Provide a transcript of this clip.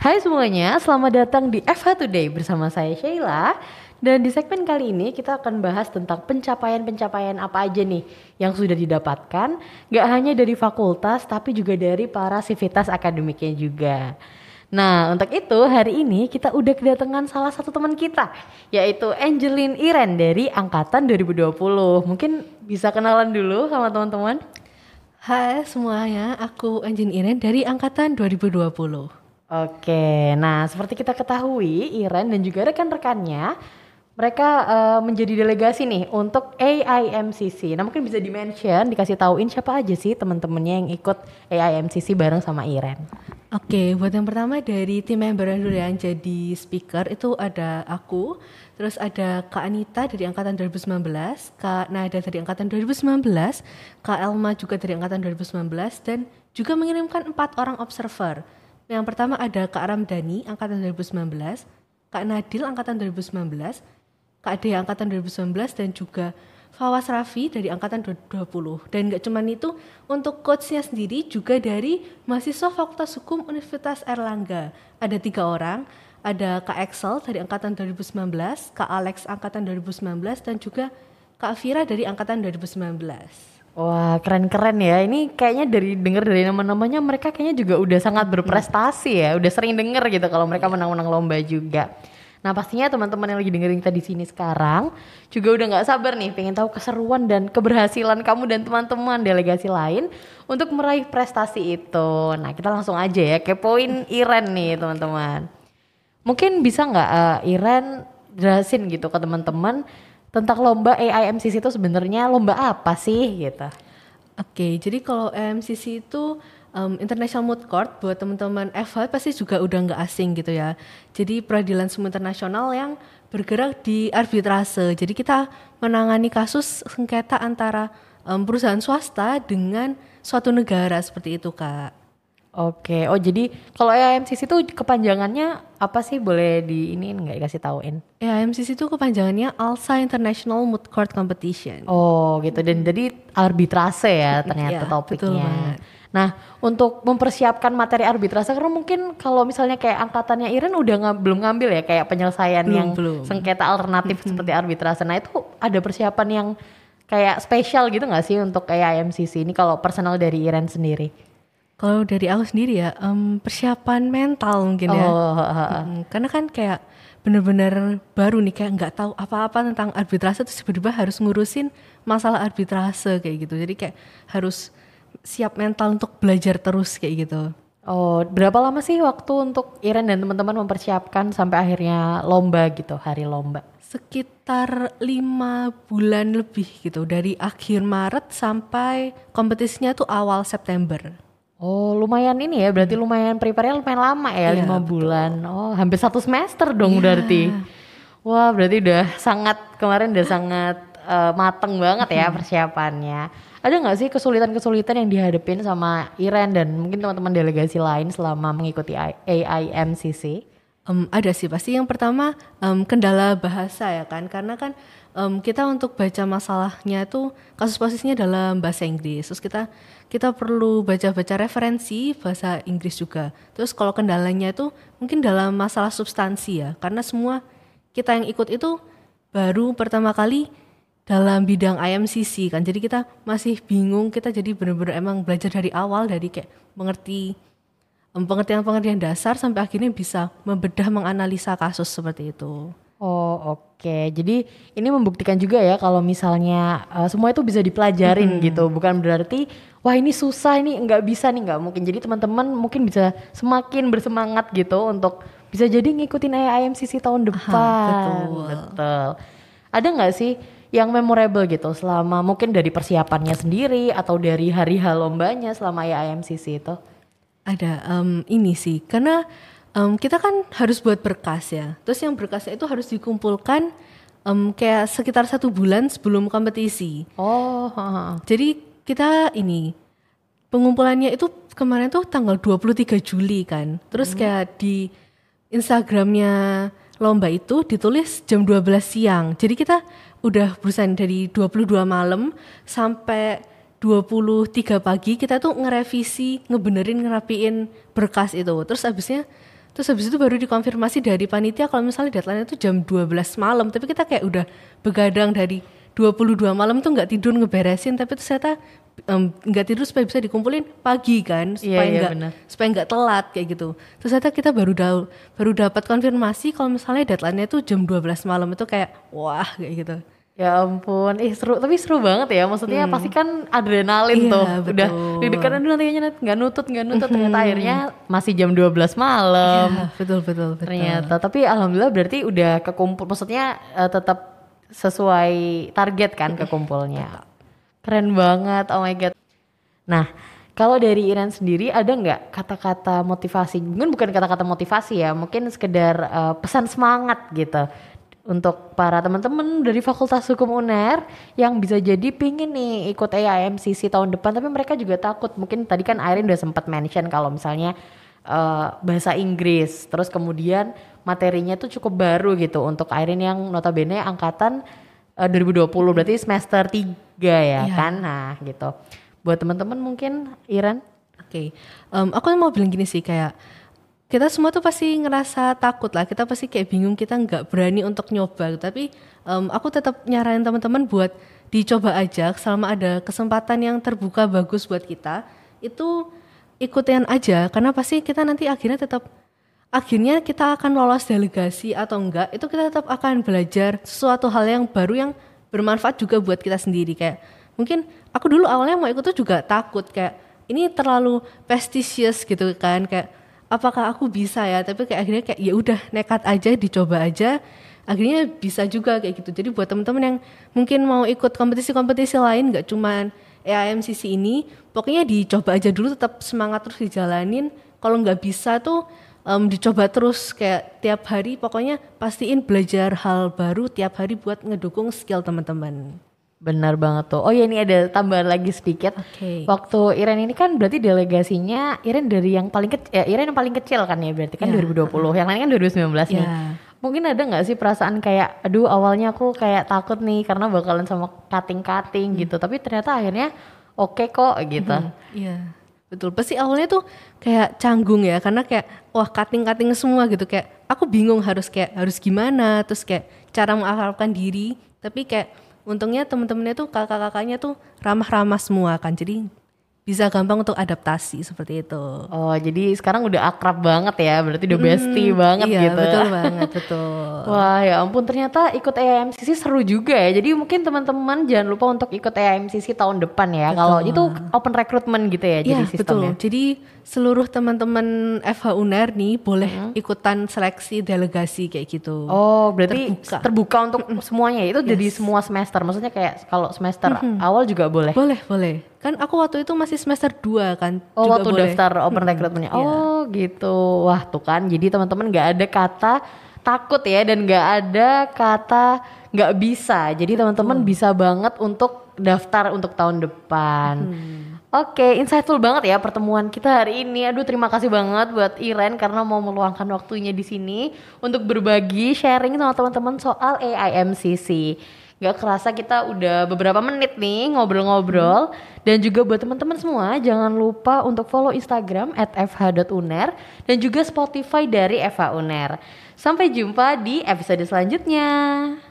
Hai semuanya, selamat datang di FH Today bersama saya Sheila. Dan di segmen kali ini kita akan bahas tentang pencapaian-pencapaian apa aja nih yang sudah didapatkan, gak hanya dari fakultas tapi juga dari para sivitas akademiknya juga. Nah untuk itu hari ini kita udah kedatangan salah satu teman kita, yaitu Angeline Iren dari Angkatan 2020. Mungkin bisa kenalan dulu sama teman-teman. Hai semuanya, aku Anjin Iren dari Angkatan 2020. Oke, nah seperti kita ketahui, Iren dan juga rekan-rekannya, mereka menjadi delegasi nih untuk AIMCC. Nah mungkin bisa di-mention, dikasih tauin siapa aja sih teman-temannya yang ikut AIMCC bareng sama Iren. Oke, buat yang pertama dari tim member dulu yang jadi speaker itu ada aku, terus ada Kak Anita dari Angkatan 2019, Kak Nada dari Angkatan 2019, Kak Elma juga dari Angkatan 2019, dan juga mengirimkan 4 orang observer. Yang pertama ada Kak Ramdhani, Angkatan 2019, Kak Nadil, Angkatan 2019, Kak Dea, Angkatan 2019, dan juga Fawas Raffi dari Angkatan 2020. Dan gak cuman itu, untuk coachnya sendiri juga dari mahasiswa Fakultas Hukum Universitas Airlangga. Ada 3 orang, ada Kak Excel dari Angkatan 2019, Kak Alex Angkatan 2019, dan juga Kak Vira dari Angkatan 2019. Wah keren-keren ya, ini kayaknya denger dari nama-namanya mereka kayaknya juga udah sangat berprestasi ya, udah sering denger gitu kalau mereka menang-menang lomba juga. Nah pastinya teman-teman yang lagi dengerin kita di sini sekarang juga udah nggak sabar nih pengen tahu keseruan dan keberhasilan kamu dan teman-teman delegasi lain untuk meraih prestasi itu. Nah kita langsung aja ya kepoin Iren nih teman-teman. Mungkin bisa nggak Iren jelasin gitu ke teman-teman tentang lomba AIMCC itu sebenarnya lomba apa sih gitu? Oke, jadi kalau AIMCC itu International Moot Court buat teman-teman FH pasti juga udah nggak asing gitu ya. Jadi peradilan semu internasional yang bergerak di arbitrase. Jadi kita menangani kasus sengketa antara perusahaan swasta dengan suatu negara seperti itu, Kak. Oke, oh jadi kalau AIMCC itu kepanjangannya apa sih, boleh di ini nggak dikasih tauin? AIMCC itu kepanjangannya ALSA International Moot Court Competition. Oh gitu, dan jadi arbitrase ya ternyata Iya, betul topiknya. banget. Nah untuk mempersiapkan materi arbitrase, karena mungkin kalau misalnya kayak angkatannya Iren udah belum ngambil ya kayak penyelesaian yang Belum. sengketa alternatif seperti arbitrase. Nah itu ada persiapan yang kayak spesial gitu nggak sih untuk kayak AIMCC ini kalau personal dari Iren sendiri? Kalau dari aku sendiri ya, persiapan mental mungkin ya. Oh, Karena kan kayak bener-bener baru nih, kayak nggak tahu apa-apa tentang arbitrase, terus tiba-tiba harus ngurusin masalah arbitrase kayak gitu. Jadi kayak harus siap mental untuk belajar terus kayak gitu. oh, berapa lama sih waktu untuk Iren dan teman-teman mempersiapkan sampai akhirnya lomba gitu, hari lomba? Sekitar 5 bulan lebih gitu, dari akhir Maret sampai kompetisinya tuh awal September. Oh lumayan ini ya, berarti lumayan prepare-nya lumayan lama ya, Iya, 5 bulan. Oh hampir 1 semester dong berarti. Wah berarti udah sangat, kemarin udah sangat mateng banget ya persiapannya. Ada nggak sih kesulitan-kesulitan yang dihadapin sama Iren dan mungkin teman-teman delegasi lain selama mengikuti AIMCC? Ada sih, pasti yang pertama kendala bahasa ya kan, karena kan kita untuk baca masalahnya itu kasus posisinya dalam bahasa Inggris, terus kita perlu baca-baca referensi bahasa Inggris juga. Terus kalau kendalanya itu mungkin dalam masalah substansi ya, karena semua kita yang ikut itu baru pertama kali dalam bidang IMCC kan, jadi kita masih bingung, kita jadi benar-benar emang belajar dari awal, dari kayak mengerti pengertian-pengertian dasar sampai akhirnya bisa membedah menganalisa kasus seperti itu. Oh oke, jadi ini membuktikan juga ya kalau misalnya semua itu bisa dipelajarin gitu, bukan berarti wah ini susah, ini nggak bisa nih, nggak mungkin. Jadi teman-teman mungkin bisa semakin bersemangat gitu untuk bisa jadi ngikutin AIMCC tahun depan. Betul. Ada nggak sih yang memorable gitu selama mungkin dari persiapannya sendiri atau dari hari-hari lombanya selama AIMCC itu? Ada ini sih, karena kita kan harus buat berkas ya. Terus yang berkasnya itu harus dikumpulkan kayak sekitar 1 bulan sebelum kompetisi. Oh, Jadi kita ini pengumpulannya itu kemarin tuh tanggal 23 Juli kan. Terus kayak di Instagramnya lomba itu ditulis jam 12 siang. Jadi kita udah berusaha dari 22 malam sampai 23 pagi kita tuh ngerevisi, ngebenerin, ngerapiin berkas itu. Terus abisnya Terus habis itu baru dikonfirmasi dari panitia kalau misalnya deadline itu jam 12 malam, tapi kita kayak udah begadang dari 22 malam tuh nggak tidur ngeberesin, tapi ternyata nggak tidur supaya bisa dikumpulin pagi kan, supaya nggak telat kayak gitu. Terus ternyata kita baru dapat konfirmasi kalau misalnya deadline-nya itu jam 12 malam, itu kayak wah kayak gitu. Ya ampun, seru, tapi seru banget ya. Maksudnya pasti kan adrenalin tuh. Betul. Udah deg-degan, aduh nanti kayaknya nggak nutut. Ternyata akhirnya masih jam 12 malam. Ya, betul. Ternyata, tapi alhamdulillah berarti udah kekumpul. Maksudnya tetap sesuai target kan kekumpulnya. Keren banget, oh my god. Nah, kalau dari Iren sendiri ada nggak kata-kata motivasi? Mungkin bukan kata-kata motivasi ya, mungkin sekedar pesan semangat gitu untuk para teman-teman dari Fakultas Hukum UNER yang bisa jadi pingin nih ikut AIMCC tahun depan, tapi mereka juga takut. Mungkin tadi kan Iren udah sempat mention kalau misalnya bahasa Inggris, terus kemudian materinya tuh cukup baru gitu untuk Iren yang notabene angkatan 2020, berarti semester 3 ya kan. Nah gitu, buat teman-teman mungkin Iren. Oke. Aku mau bilang gini sih, kayak kita semua tuh pasti ngerasa takut lah, kita pasti kayak bingung, kita nggak berani untuk nyoba. Tapi aku tetap nyaranin teman-teman buat dicoba aja, selama ada kesempatan yang terbuka bagus buat kita, itu ikutin aja, karena pasti kita nanti akhirnya kita akan lolos delegasi atau enggak, itu kita tetap akan belajar sesuatu hal yang baru yang bermanfaat juga buat kita sendiri. Kayak mungkin aku dulu awalnya mau ikut tuh juga takut, kayak ini terlalu prestisius gitu kan, kayak apakah aku bisa ya, tapi kayak akhirnya kayak ya udah nekat aja, dicoba aja, akhirnya bisa juga kayak gitu. Jadi buat teman-teman yang mungkin mau ikut kompetisi-kompetisi lain, nggak cuman AIMCC ini, pokoknya dicoba aja dulu, tetap semangat terus dijalanin. Kalau nggak bisa tuh dicoba terus, kayak tiap hari pokoknya pastiin belajar hal baru tiap hari buat ngedukung skill teman-teman. Benar banget tuh. Oh ya, ini ada tambahan lagi sedikit. Waktu Iren ini kan berarti delegasinya Iren dari yang paling kecil, Iren yang paling kecil kan ya, berarti kan 2020. Yang lain kan 2019 nih. Mungkin ada nggak sih perasaan kayak, aduh awalnya aku kayak takut nih karena bakalan sama cutting gitu, tapi ternyata akhirnya oke kok gitu. Iya, betul. Pasti awalnya tuh kayak canggung ya, karena kayak wah cutting semua gitu, kayak aku bingung harus gimana, terus kayak cara mengakrabkan diri, tapi kayak untungnya teman-temannya tuh kakak-kakaknya tuh ramah-ramah semua kan, jadi bisa gampang untuk adaptasi seperti itu. Oh, jadi sekarang udah akrab banget ya, berarti udah bestie banget gitu. Iya, betul banget, betul. Wah, ya ampun, ternyata ikut AIMCC seru juga ya. Jadi mungkin teman-teman jangan lupa untuk ikut AIMCC tahun depan ya. Kalau itu open recruitment gitu ya, jadi sistemnya. Betul. Jadi seluruh teman-teman FH UNER nih boleh ikutan seleksi delegasi kayak gitu. Oh, berarti terbuka untuk semuanya. Itu jadi semua semester. Maksudnya kayak kalau semester awal juga boleh. Boleh. Kan aku waktu itu masih semester 2 kan. Oh, juga waktu boleh. daftar open recruitmentnya. Oh, gitu. Wah, tuh kan. Jadi teman-teman nggak ada kata takut ya, dan nggak ada kata nggak bisa. Jadi teman-teman bisa banget untuk daftar untuk tahun depan. Oke, insightful banget ya pertemuan kita hari ini. Aduh, terima kasih banget buat Iren karena mau meluangkan waktunya di sini untuk berbagi, sharing sama teman-teman soal AIMCC. Gak kerasa kita udah beberapa menit nih ngobrol-ngobrol. Dan juga buat teman-teman semua, jangan lupa untuk follow Instagram @fh.uner dan juga Spotify dari FH UNER. Sampai jumpa di episode selanjutnya.